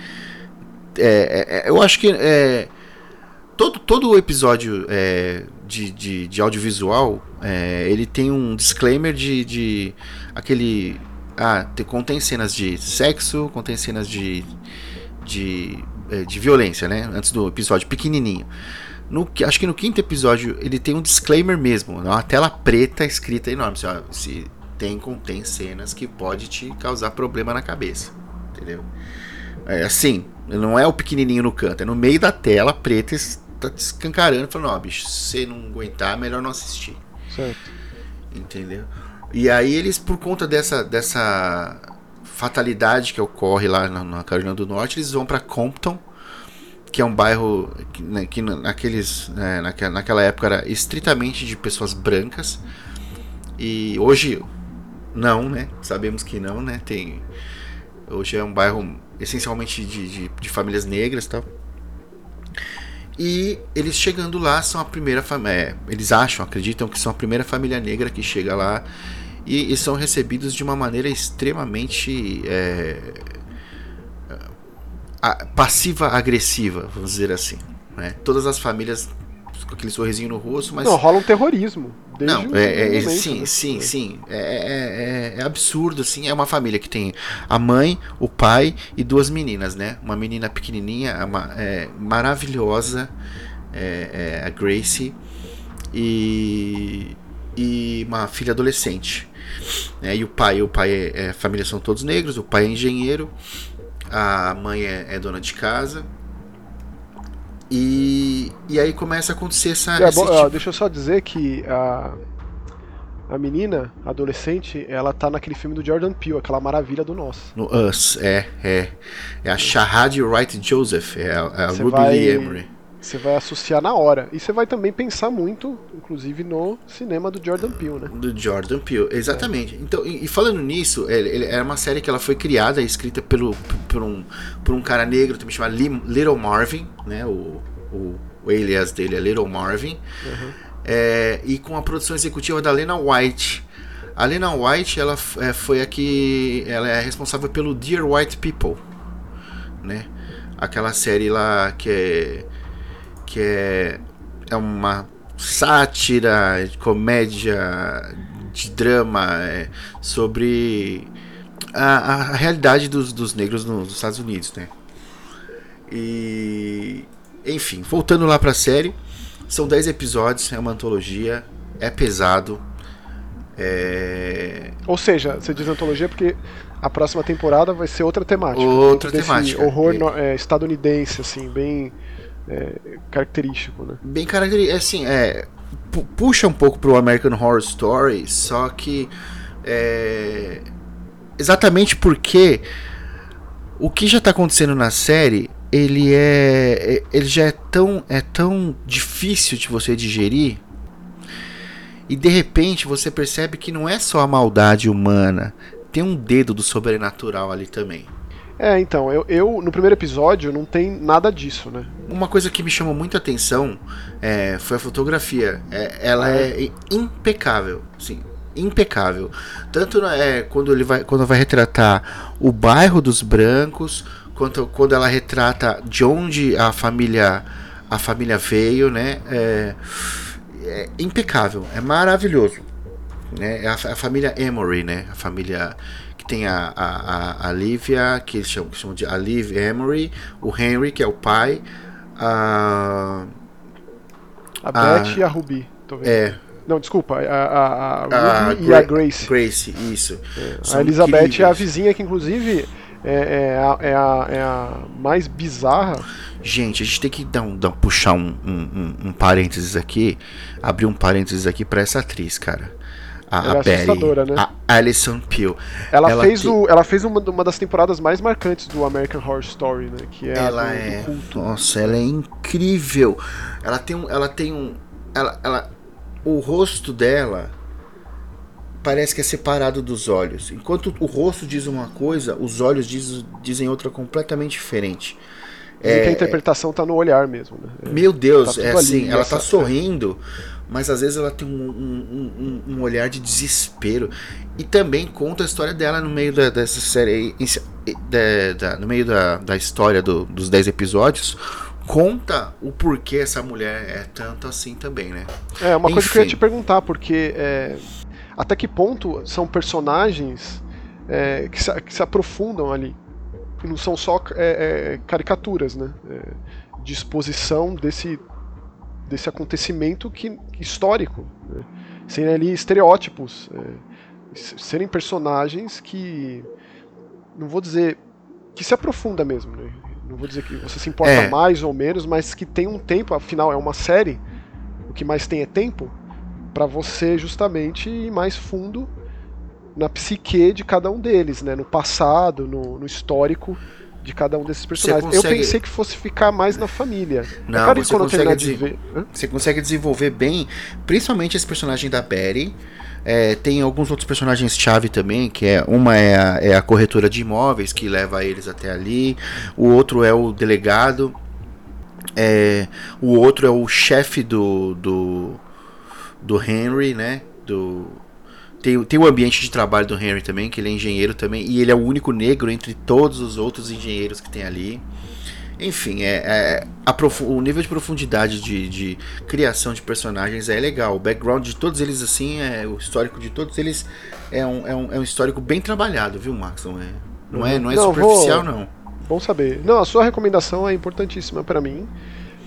É, é, eu acho que é, todo, todo episódio é, de, de, de audiovisual é, ele tem um disclaimer de, de aquele. Ah, te, contém cenas de sexo, contém cenas de. de de violência, né? Antes do episódio pequenininho. No, acho que no quinto episódio ele tem um disclaimer mesmo, uma tela preta escrita enorme. Assim, ó, se tem, contém cenas que pode te causar problema na cabeça, entendeu? É assim, não é o pequenininho no canto, é no meio da tela preta, tá te escancarando, falando, ó, bicho, se você não aguentar, melhor não assistir. Certo. Entendeu? E aí eles, por conta dessa dessa fatalidade que ocorre lá na, na Carolina do Norte, eles vão para Compton, que é um bairro que, né, que naqueles, né, naquela, naquela época era estritamente de pessoas brancas, e hoje não, né? Sabemos que não, né? Tem, hoje é um bairro essencialmente de, de, de famílias negras e tal. E eles chegando lá são a primeira família, é, eles acham, acreditam que são a primeira família negra que chega lá. E, e são recebidos de uma maneira extremamente é, passiva-agressiva, vamos dizer assim, né? Todas as famílias com aquele sorrisinho no rosto, mas... Não, rola um terrorismo. Desde Não, é, é, momento, sim, né? sim, sim. É, é, é, é absurdo, assim. É uma família que tem a mãe, o pai e duas meninas, né? Uma menina pequenininha, uma, é, maravilhosa, é, é, a Gracie, e, e uma filha adolescente. Né? E o pai, o pai é, é, a família são todos negros, o pai é engenheiro, a mãe é, é dona de casa. E, e aí começa a acontecer essa. É, bom, tipo... Deixa eu só dizer que a, a menina, a adolescente, ela tá naquele filme do Jordan Peele, aquela maravilha do Nós. No Us, é, é. É a Shahadi Wright Joseph, é a, é a Ruby vai, Lee Emery. Você vai associar na hora. E você vai também pensar muito, inclusive, no cinema do Jordan Peele, né? Do Jordan Peele, exatamente. É. Então, e, e falando nisso, ele, ele, é uma série que ela foi criada e escrita pelo, por, um, por um cara negro também chamado Little Marvin, né? O, o, o alias dele é Little Marvin. Uhum. É, e com a produção executiva da Lena White. A Lena White, ela é, foi a que ela é responsável pelo Dear White People, né? Aquela série lá que é que é, é uma sátira, comédia, de drama é, sobre a, a realidade dos, dos negros nos Estados Unidos, né? E enfim, voltando lá pra série, são dez episódios, é uma antologia, é pesado. É... Ou seja, você diz antologia porque a próxima temporada vai ser outra temática. Outra temática. Horror é... estadunidense, assim, bem é, característico, né? Bem característico, assim, é, puxa um pouco pro American Horror Story, só que é, exatamente porque o que já tá acontecendo na série, ele é, ele já é tão, é tão difícil de você digerir. E de repente você percebe que não é só a maldade humana, tem um dedo do sobrenatural ali também. É, então, eu, eu no primeiro episódio não tem nada disso, né? Uma coisa que me chamou muita atenção é, foi a fotografia. É, ela é impecável, sim, impecável. Tanto é, quando ele vai, quando vai retratar o bairro dos brancos, quanto quando ela retrata de onde a família, a família veio, né? É, é impecável, é maravilhoso, né? É a, a família Emery, né? A família que tem a, a, a Lívia, que eles chamam, que chamam de a Liv Emery, o Henry, que é o pai, a a Beth a, e a Ruby, tô vendo. É. Não, desculpa, a, a, a Ruby a, e a Grace. Grace, isso. É. A Elizabeth incríveis. É a vizinha que, inclusive, é, é, a, é, a, é a mais bizarra. Gente, a gente tem que dar um, dar, puxar um, um, um, um parênteses aqui, abrir um parênteses aqui pra essa atriz, cara. A, ela a é assustadora, Betty, né? A Alison Pill. Ela, ela fez, tem... o, ela fez uma, uma das temporadas mais marcantes do American Horror Story, né? Que é ela a do, é... do culto. Nossa, ela é incrível. Ela tem um... Ela tem um ela, ela, o rosto dela parece que é separado dos olhos. Enquanto o rosto diz uma coisa, os olhos diz, dizem outra completamente diferente. É, que a interpretação tá no olhar mesmo, né? Meu Deus, tá é assim, ali, ela essa... tá sorrindo, mas às vezes ela tem um, um, um, um olhar de desespero. E também conta a história dela no meio da, dessa série, da, da, no meio da, da história do, dos dez episódios. Conta o porquê essa mulher é tanto assim também, né? É, uma Enfim. coisa que eu ia te perguntar, porque é, até que ponto são personagens é, que, se, que se aprofundam ali? Que não são só é, é, caricaturas, né? É, de exposição desse, desse acontecimento que, histórico. Né? Serem ali estereótipos, é, serem personagens que, não vou dizer, que se aprofunda mesmo, né? Não vou dizer que você se importa é. mais ou menos, mas que tem um tempo, afinal é uma série, o que mais tem é tempo, para você justamente ir mais fundo na psique de cada um deles, né? No passado, no, no histórico de cada um desses personagens. Consegue... Eu pensei que fosse ficar mais na família. Não, é claro você, consegue de ver, você consegue desenvolver bem, principalmente esse personagem da Betty. É, tem alguns outros personagens-chave também, que é uma é a, é a corretora de imóveis, que leva eles até ali. O outro é o delegado. É, o outro é o chefe do, do, do Henry, né? Do... Tem, tem o ambiente de trabalho do Henry também, que ele é engenheiro também, e ele é o único negro entre todos os outros engenheiros que tem ali. Enfim, é, é, a profu- o nível de profundidade de, de criação de personagens é legal. O background de todos eles, assim, é, o histórico de todos eles é um, é um, é um histórico bem trabalhado, viu, Max? Não é, não é, não é não, superficial, vou... não. Bom saber. Não, a sua recomendação é importantíssima para mim.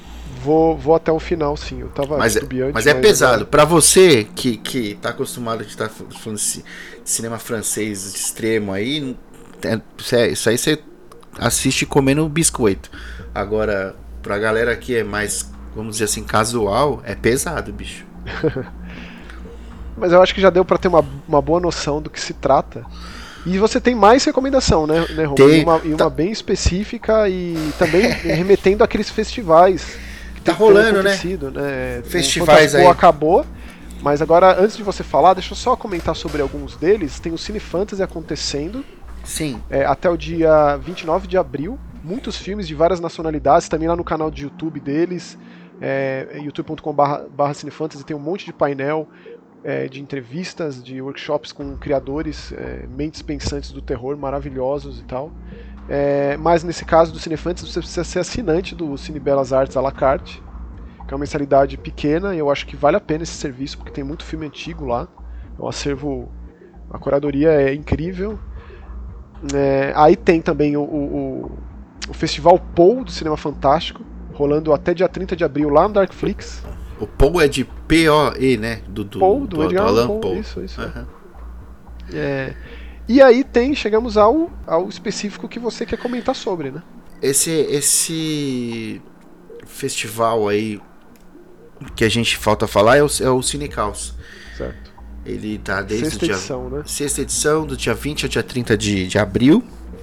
vou, vou até o final, sim. Eu tava Mas, titubeante. mas é mas pesado. agora... Pra você que, que tá acostumado a estar falando de cinema francês extremo aí, isso aí você assiste comendo biscoito. Agora, pra galera que é mais, vamos dizer assim, casual, é pesado, bicho. Mas eu acho que já deu pra ter uma, uma boa noção do que se trata. E você tem mais recomendação, né, né Romulo? Tem, e uma, e uma tá, bem específica e também remetendo àqueles festivais que tá tem rolando, né? né? Festivais o aí. acabou, mas agora, antes de você falar, deixa eu só comentar sobre alguns deles. Tem o Cine Fantasy acontecendo. Sim. É, até o dia vinte e nove de abril. Muitos filmes de várias nacionalidades, também lá no canal de YouTube deles, é, youtube ponto com barra cinefantasy, tem um monte de painel, é, de entrevistas, de workshops com criadores, é, mentes pensantes do terror, maravilhosos e tal. É, mas nesse caso do Cinefantasy, você precisa ser assinante do Cine Belas Artes à la carte, que é uma mensalidade pequena, e eu acho que vale a pena esse serviço, porque tem muito filme antigo lá, é um acervo, a curadoria é incrível. É, aí tem também o, o, o Festival Paul do Cinema Fantástico, rolando até dia trinta de abril lá no Darkflix. O Paul é de P O E, né? Do, do, Paul, do, do, Edgar do Alan Paul. Paul. Isso, isso. Uhum. É. E aí tem, chegamos ao, ao específico que você quer comentar sobre, né? Esse, esse festival aí que a gente falta falar é o, é o Cinecaus. Certo. Ele tá desde Sexta o dia, edição, né? Sexta edição, do dia vinte ao dia trinta de, de abril.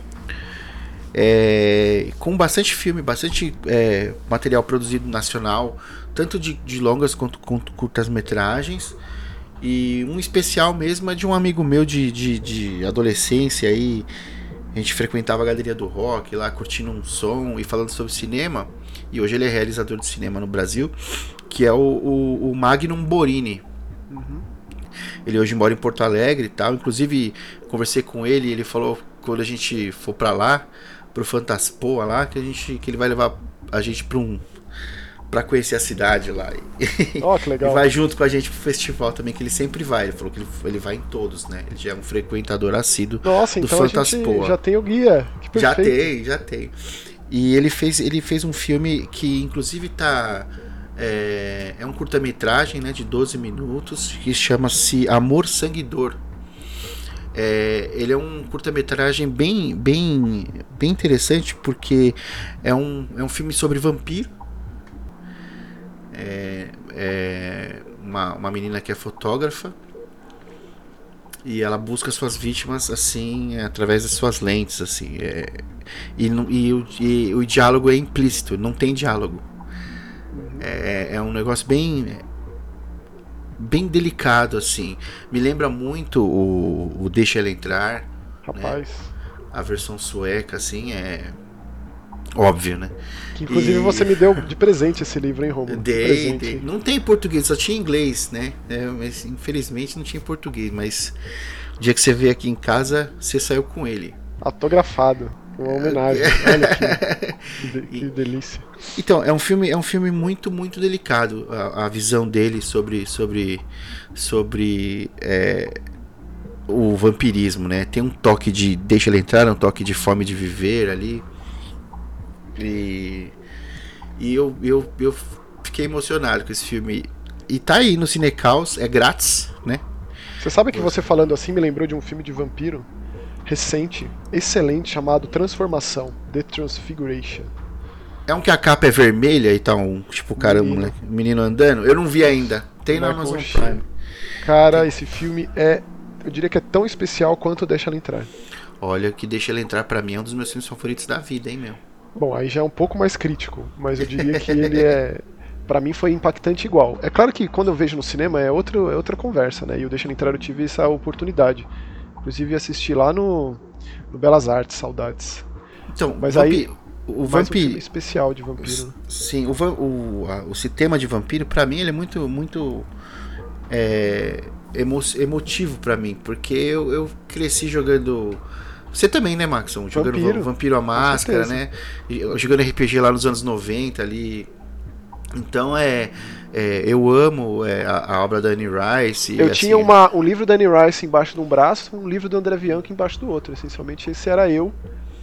É, com bastante filme, bastante é, material produzido nacional, tanto de, de longas quanto, quanto curtas-metragens. E um especial mesmo é de um amigo meu de, de, de adolescência aí. A gente frequentava a Galeria do Rock lá, curtindo um som e falando sobre cinema. E hoje ele é realizador de cinema no Brasil, que é o, o, o Magnum Borini. Uhum. Ele hoje mora em Porto Alegre e tal. Inclusive, conversei com ele, ele falou quando a gente for pra lá, pro Fantaspoa lá, que a gente que ele vai levar a gente para um para conhecer a cidade lá. Oh, que legal. E vai junto com a gente pro festival também, que ele sempre vai. Ele falou que ele, ele vai em todos, né? Ele já é um frequentador assíduo. Nossa, do então Fantaspoa. A gente já tem o guia. Que já tem, já tem. E ele fez, ele fez um filme que inclusive tá é, é um curta-metragem, né, de doze minutos, que chama-se Amor, Sangue e Dor. É, ele é um curta-metragem bem, bem, bem interessante, porque é um, é um filme sobre vampiro. É, é uma, uma menina que é fotógrafa e ela busca suas vítimas assim através das suas lentes, assim. É, e, e, o, e o diálogo é implícito, não tem diálogo. É, é um negócio bem bem delicado, assim. Me lembra muito o, o Deixa Ela Entrar. Rapaz. Né? A versão sueca, assim, é óbvio, né? Que inclusive e... você me deu de presente esse livro, hein, Romulo? Dei, dei. Não tem em português, só tinha em inglês, né? É, mas infelizmente não tinha em português, mas o dia que você veio aqui em casa, você saiu com ele. Autografado. Uma homenagem. Olha que, que, que delícia. Então, é um filme, é um filme muito, muito delicado. A, a visão dele sobre, sobre, sobre é, o vampirismo, né? Tem um toque de deixa ele entrar, um toque de fome de viver ali. E, e eu, eu, eu fiquei emocionado com esse filme. E tá aí no Cinecaus, é grátis, né? Você sabe que você falando assim me lembrou de um filme de vampiro recente, excelente, chamado Transformação, The Transfiguration. É um que a capa é vermelha e tá um, tipo, cara, um menino. menino andando. Eu não vi ainda. Tem na Amazon Prime. Cara, Tem. Esse filme é, eu diria que é tão especial quanto Deixa Ela Entrar. Olha, que Deixa Ela Entrar pra mim é um dos meus filmes favoritos da vida, hein, meu. Bom, aí já é um pouco mais crítico, mas eu diria que ele é, pra mim foi impactante igual. É claro que quando eu vejo no cinema é, outro, é outra conversa, né? E o Deixa Ela Entrar eu tive essa oportunidade. Inclusive assisti lá no, no Belas Artes, saudades. Então, mas vampi aí o vampiro um especial de vampiro. Né? Sim, o, o, a, o sistema de vampiro para mim ele é muito muito é, emo, emotivo para mim, porque eu, eu cresci jogando. Você também, né, Maxon? Jogando Vampiro, Vampiro à Máscara, né? Jogando R P G lá nos anos noventa ali. Então é, é eu amo é, a, a obra da Anne Rice. Eu assim, tinha uma, um livro da Anne Rice embaixo de um braço, um livro do André Bianchi embaixo do outro. Essencialmente esse era eu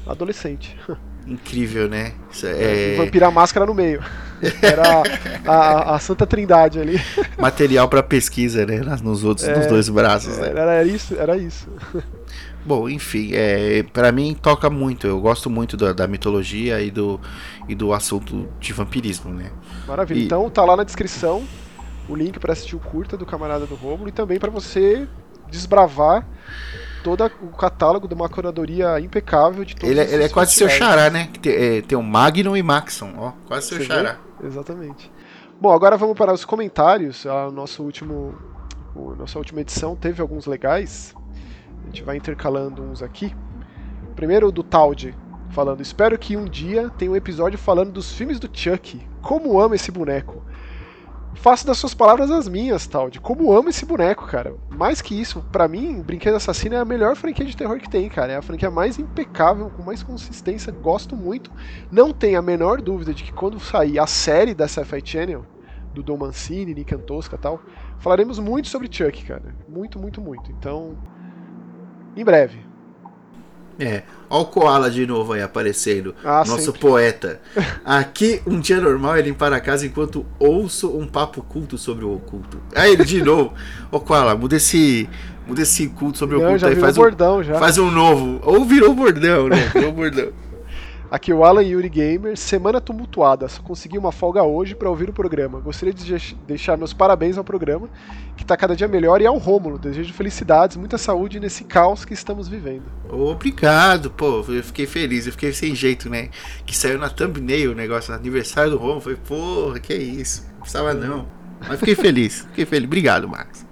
adolescente. Incrível, né? Isso É... é... Vampiro a Máscara no meio. Era a, a, a Santa Trindade ali. Material para pesquisa, né? Nos outros, é, nos dois braços, né? Era, era isso, era isso. Bom, enfim, é, para mim toca muito. Eu gosto muito da, da mitologia e do, e do assunto de vampirismo, né? Maravilha. E... Então tá lá na descrição o link para assistir o curta do Camarada do Rômulo e também para você desbravar todo o catálogo de uma curadoria impecável de todos ele, os ele é quase seu xará, né? Tem, é, tem o Magnum e Maxon, ó, quase seu você xará. Vê? Exatamente. Bom, agora vamos para os comentários. A nosso último, a nossa última edição teve alguns legais. A gente vai intercalando uns aqui. Primeiro o do Taldi, falando: espero que um dia tenha um episódio falando dos filmes do Chuck. Como amo esse boneco. Faço das suas palavras as minhas, Taldi. Como amo esse boneco, cara. Mais que isso, pra mim, Brinquedo Assassino é a melhor franquia de terror que tem, cara. É a franquia mais impecável, com mais consistência. Gosto muito. Não tenho a menor dúvida de que quando sair a série da Sci-Fi Channel, do Don Mancini, Nick Antosca e tal, falaremos muito sobre Chuck, cara. Muito, muito, muito. Então, em breve. É, ó o Koala de novo aí aparecendo, ah, nosso sempre. poeta. Aqui, um dia normal é limpar a casa enquanto ouço um papo culto sobre o oculto. Aí ele de novo, ó Koala, muda esse, muda esse culto sobre Não, o oculto já aí, virou faz bordão, um, já. faz um novo. Ou virou bordão, né? Virou bordão. Aqui o Alan Yuri Gamer, semana tumultuada, só consegui uma folga hoje para ouvir o programa. Gostaria de deixar meus parabéns ao programa, que está cada dia melhor, e ao Rômulo. Desejo felicidades, muita saúde nesse caos que estamos vivendo. Obrigado, pô, eu fiquei feliz, eu fiquei sem jeito, né? Que saiu na thumbnail o negócio, no aniversário do Rômulo, falei, porra, que isso, não precisava não. Mas fiquei feliz, fiquei feliz, obrigado, Max.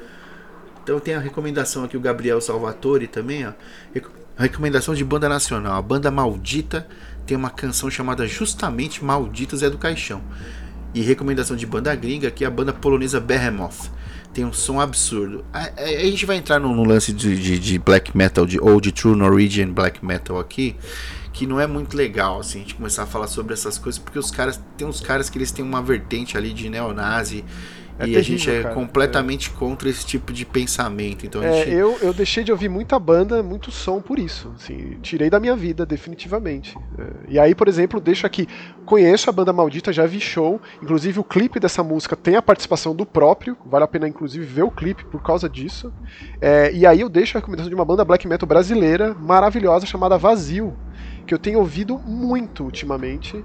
Então tem a recomendação aqui, o Gabriel Salvatore também, ó. A recomendação de banda nacional. A banda Maldita tem uma canção chamada justamente Malditos é do Caixão. E recomendação de banda gringa aqui é a banda polonesa Behemoth. Tem um som absurdo. A, a, a gente vai entrar no, no lance de, de, de black metal de, ou de true Norwegian black metal aqui, que não é muito legal assim, a gente começar a falar sobre essas coisas, porque os caras, tem uns caras que eles têm uma vertente ali de neonazi. É e terrível, a gente é cara. completamente é. contra esse tipo de pensamento. Então a é, gente... eu, eu deixei de ouvir muita banda, muito som por isso. Assim, tirei da minha vida, definitivamente. É, e aí, por exemplo, deixo aqui. Conheço a banda Maldita, já vi show. Inclusive, o clipe dessa música tem a participação do próprio. Vale a pena, inclusive, ver o clipe por causa disso. É, e aí eu deixo a recomendação de uma banda black metal brasileira maravilhosa chamada Vazio, que eu tenho ouvido muito ultimamente.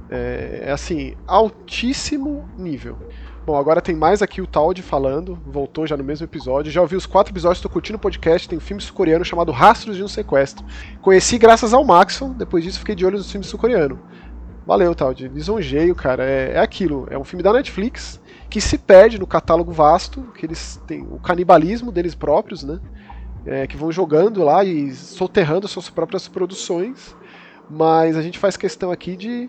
É, é assim, altíssimo nível. Bom, agora tem mais aqui o Taldi falando, voltou já no mesmo episódio. Já ouvi os quatro episódios, estou curtindo o podcast. Tem um filme sul-coreano chamado Rastros de um Sequestro. Conheci graças ao Maxon, depois disso fiquei de olho nos filmes sul-coreanos. Valeu, Taldi, lisonjeio, cara. É, é aquilo, é um filme da Netflix que se perde no catálogo vasto, que eles têm o canibalismo deles próprios, né? É, que vão jogando lá e soterrando suas próprias produções. Mas a gente faz questão aqui de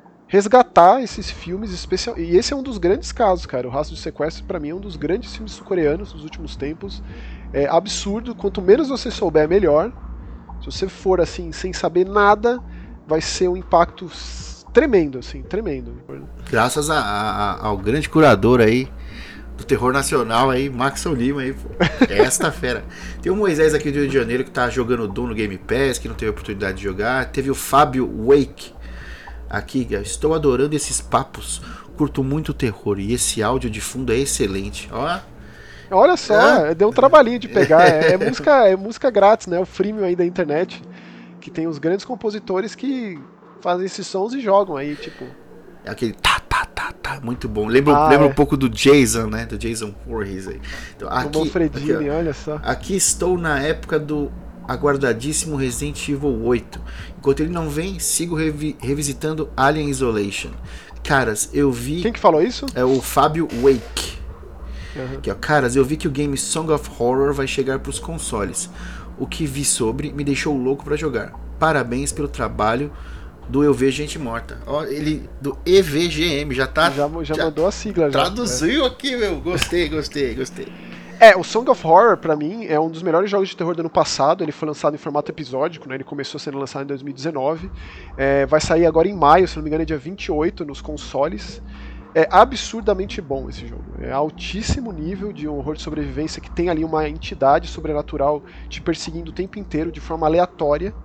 resgatar esses filmes especial. E esse é um dos grandes casos, cara. O Rastro de Sequestro, pra mim, é um dos grandes filmes sul-coreanos dos últimos tempos. É absurdo. Quanto menos você souber, melhor. Se você for assim, sem saber nada, vai ser um impacto tremendo, assim, tremendo. Graças a, a, ao grande curador aí do terror nacional aí, Maxon Lima aí, pô. É esta fera. Tem o Moisés aqui do Rio de Janeiro que tá jogando Doom no Game Pass, que não teve oportunidade de jogar. Teve o Fábio Wake aqui, estou adorando esses papos, curto muito o terror e esse áudio de fundo é excelente. Ó. Olha só, é. Deu um trabalhinho de pegar. É, é, música, é música grátis, né? O freemium aí da internet, que tem os grandes compositores que fazem esses sons e jogam aí, tipo. É aquele tá, tá, tá, tá, muito bom. Lembra, ah, lembra é. um pouco do Jason, né? Do Jason Voorhees aí. Então, aqui, o Manfredini, aqui, olha só. Aqui estou na época do aguardadíssimo Resident Evil oito. Enquanto ele não vem, sigo revi revisitando Alien Isolation. Caras, eu vi... Quem que falou isso? É o Fábio Wake. Uhum. Aqui, ó, caras, eu vi que o game Song of Horror vai chegar pros consoles. O que vi sobre me deixou louco pra jogar. Parabéns pelo trabalho do Eu Vejo Gente Morta. Ó, ele, do E V G M, já tá... Já, já, já mandou a sigla. Já. Traduziu é. aqui, meu. Gostei, gostei, gostei. É, o Song of Horror, pra mim, é um dos melhores jogos de terror do ano passado. Ele foi lançado em formato episódico, né? Ele começou sendo lançado em dois mil e dezenove. É, vai sair agora em maio, se não me engano, é dia vinte e oito nos consoles. É absurdamente bom esse jogo. É altíssimo nível de um horror de sobrevivência que tem ali uma entidade sobrenatural te perseguindo o tempo inteiro de forma aleatória.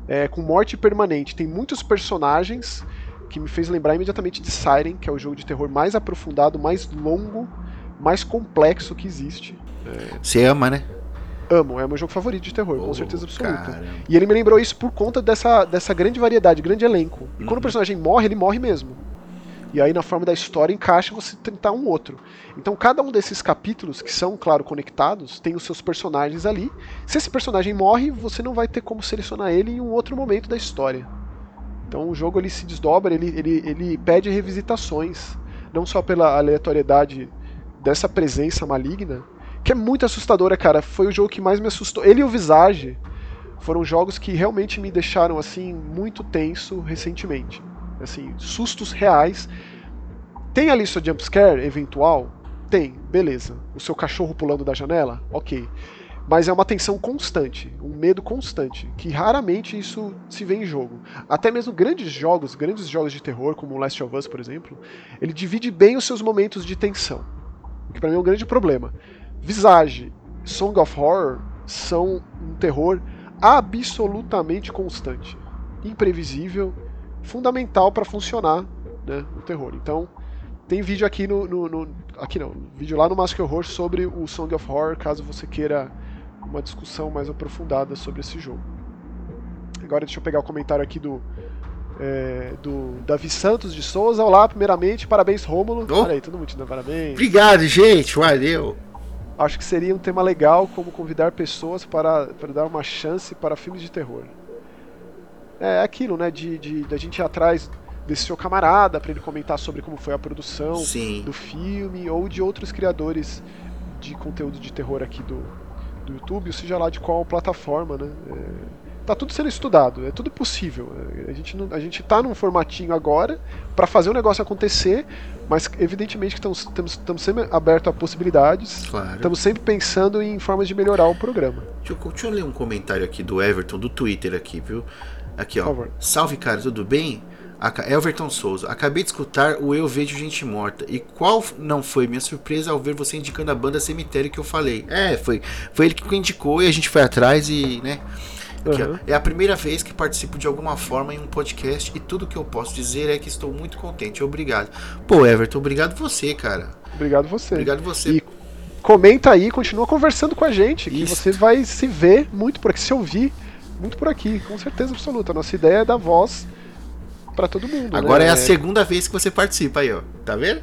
é, com morte permanente. Tem muitos personagens que me fez lembrar imediatamente de Siren, que é o jogo de terror mais aprofundado, mais longo, mais complexo que existe. Você é... ama, né? Amo, é o meu jogo favorito de terror, oh, com certeza absoluta. Caramba. E ele me lembrou isso por conta dessa, dessa grande variedade, grande elenco. E uhum. quando o personagem morre, ele morre mesmo. E aí na forma da história encaixa você tentar um outro. Então cada um desses capítulos, que são, claro, conectados, tem os seus personagens ali. Se esse personagem morre, você não vai ter como selecionar ele em um outro momento da história. Então o jogo ele se desdobra, ele, ele, ele pede revisitações. Não só pela aleatoriedade dessa presença maligna, que é muito assustadora, cara. Foi o jogo que mais me assustou. Ele e o Visage foram jogos que realmente me deixaram assim muito tenso recentemente. Assim, sustos reais. Tem ali sua jumpscare eventual? Tem, beleza. O seu cachorro pulando da janela? Ok. Mas é uma tensão constante, um medo constante, que raramente isso se vê em jogo. Até mesmo grandes jogos, grandes jogos de terror, como o Last of Us, por exemplo, ele divide bem os seus momentos de tensão. O que pra mim é um grande problema. Visage, Song of Horror são um terror absolutamente constante, imprevisível, fundamental para funcionar, né, o terror. Então, tem vídeo aqui no, no, no aqui não, vídeo lá no Mask Horror sobre o Song of Horror, caso você queira uma discussão mais aprofundada sobre esse jogo. Agora deixa eu pegar o comentário aqui do é, do Davi Santos de Souza. Olá, primeiramente, parabéns, Rômulo. Oh. Olha aí, todo mundo te dando parabéns. Obrigado, gente, valeu. Acho que seria um tema legal como convidar pessoas para, para dar uma chance para filmes de terror. É aquilo, né, de, de, de a gente ir atrás desse seu camarada para ele comentar sobre como foi a produção Sim. do filme, ou de outros criadores de conteúdo de terror aqui do, do YouTube, ou seja lá de qual plataforma, né. É, tá tudo sendo estudado, é tudo possível. A gente, não, a gente tá num formatinho agora para fazer o negócio acontecer, mas evidentemente que estamos sempre abertos a possibilidades, estamos claro. sempre pensando em formas de melhorar o programa. Deixa eu, deixa eu ler um comentário aqui do Everton, do Twitter aqui, viu? Aqui, ó. Salve, cara, tudo bem? Everton Souza, acabei de escutar o Eu Vejo Gente Morta. E qual não foi minha surpresa ao ver você indicando a banda Cemitério que eu falei? É, foi, foi ele que indicou e a gente foi atrás e, né? Aqui, uhum. É a primeira vez que participo de alguma forma em um podcast e tudo que eu posso dizer é que estou muito contente. Obrigado. Pô, Everton, obrigado você, cara. Obrigado você. Obrigado você. E comenta aí, continua conversando com a gente, que Isso. você vai se ver muito por aqui, se ouvir muito por aqui, com certeza absoluta. A nossa ideia é dar voz pra todo mundo. Agora né? é a segunda vez que você participa aí, ó. Tá vendo?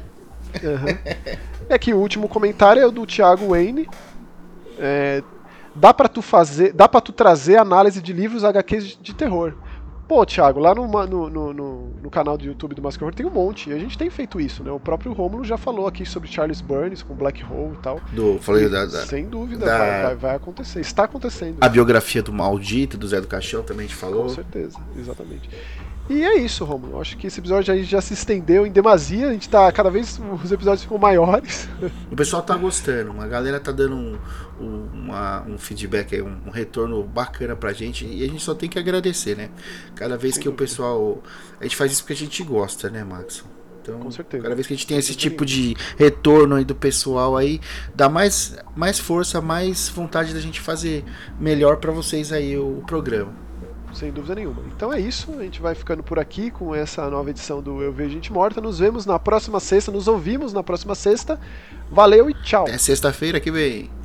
Uhum. É que o último comentário é o do Thiago Wayne. É... Dá pra tu fazer, dá pra tu trazer análise de livros H Qs de, de terror. Pô, Thiago, lá no, no, no, no canal do YouTube do Mask Horror tem um monte, e a gente tem feito isso, né? O próprio Rômulo já falou aqui sobre Charles Burns com Black Hole e tal. Do, falei e, da, da, sem dúvida, da, vai, vai, vai acontecer, está acontecendo. A biografia do Maldito, do Zé do Caixão, também a gente falou. Com certeza, exatamente. E é isso, Rômulo. Acho que esse episódio já, já se estendeu em demasia. A gente tá. Cada vez os episódios ficam maiores. O pessoal tá gostando. A galera tá dando um, um, uma, um feedback aí, um, um retorno bacana pra gente. E a gente só tem que agradecer, né? Cada vez Sem que dúvida. O pessoal. A gente faz isso porque a gente gosta, né, Max? Então, com certeza. Cada vez que a gente tem esse tipo de retorno aí do pessoal aí, dá mais, mais força, mais vontade da gente fazer melhor pra vocês aí o, o programa. Sem dúvida nenhuma. Então é isso, a gente vai ficando por aqui com essa nova edição do Eu Vejo Gente Morta. Nos vemos na próxima sexta, nos ouvimos na próxima sexta. Valeu e tchau. Até sexta-feira que vem.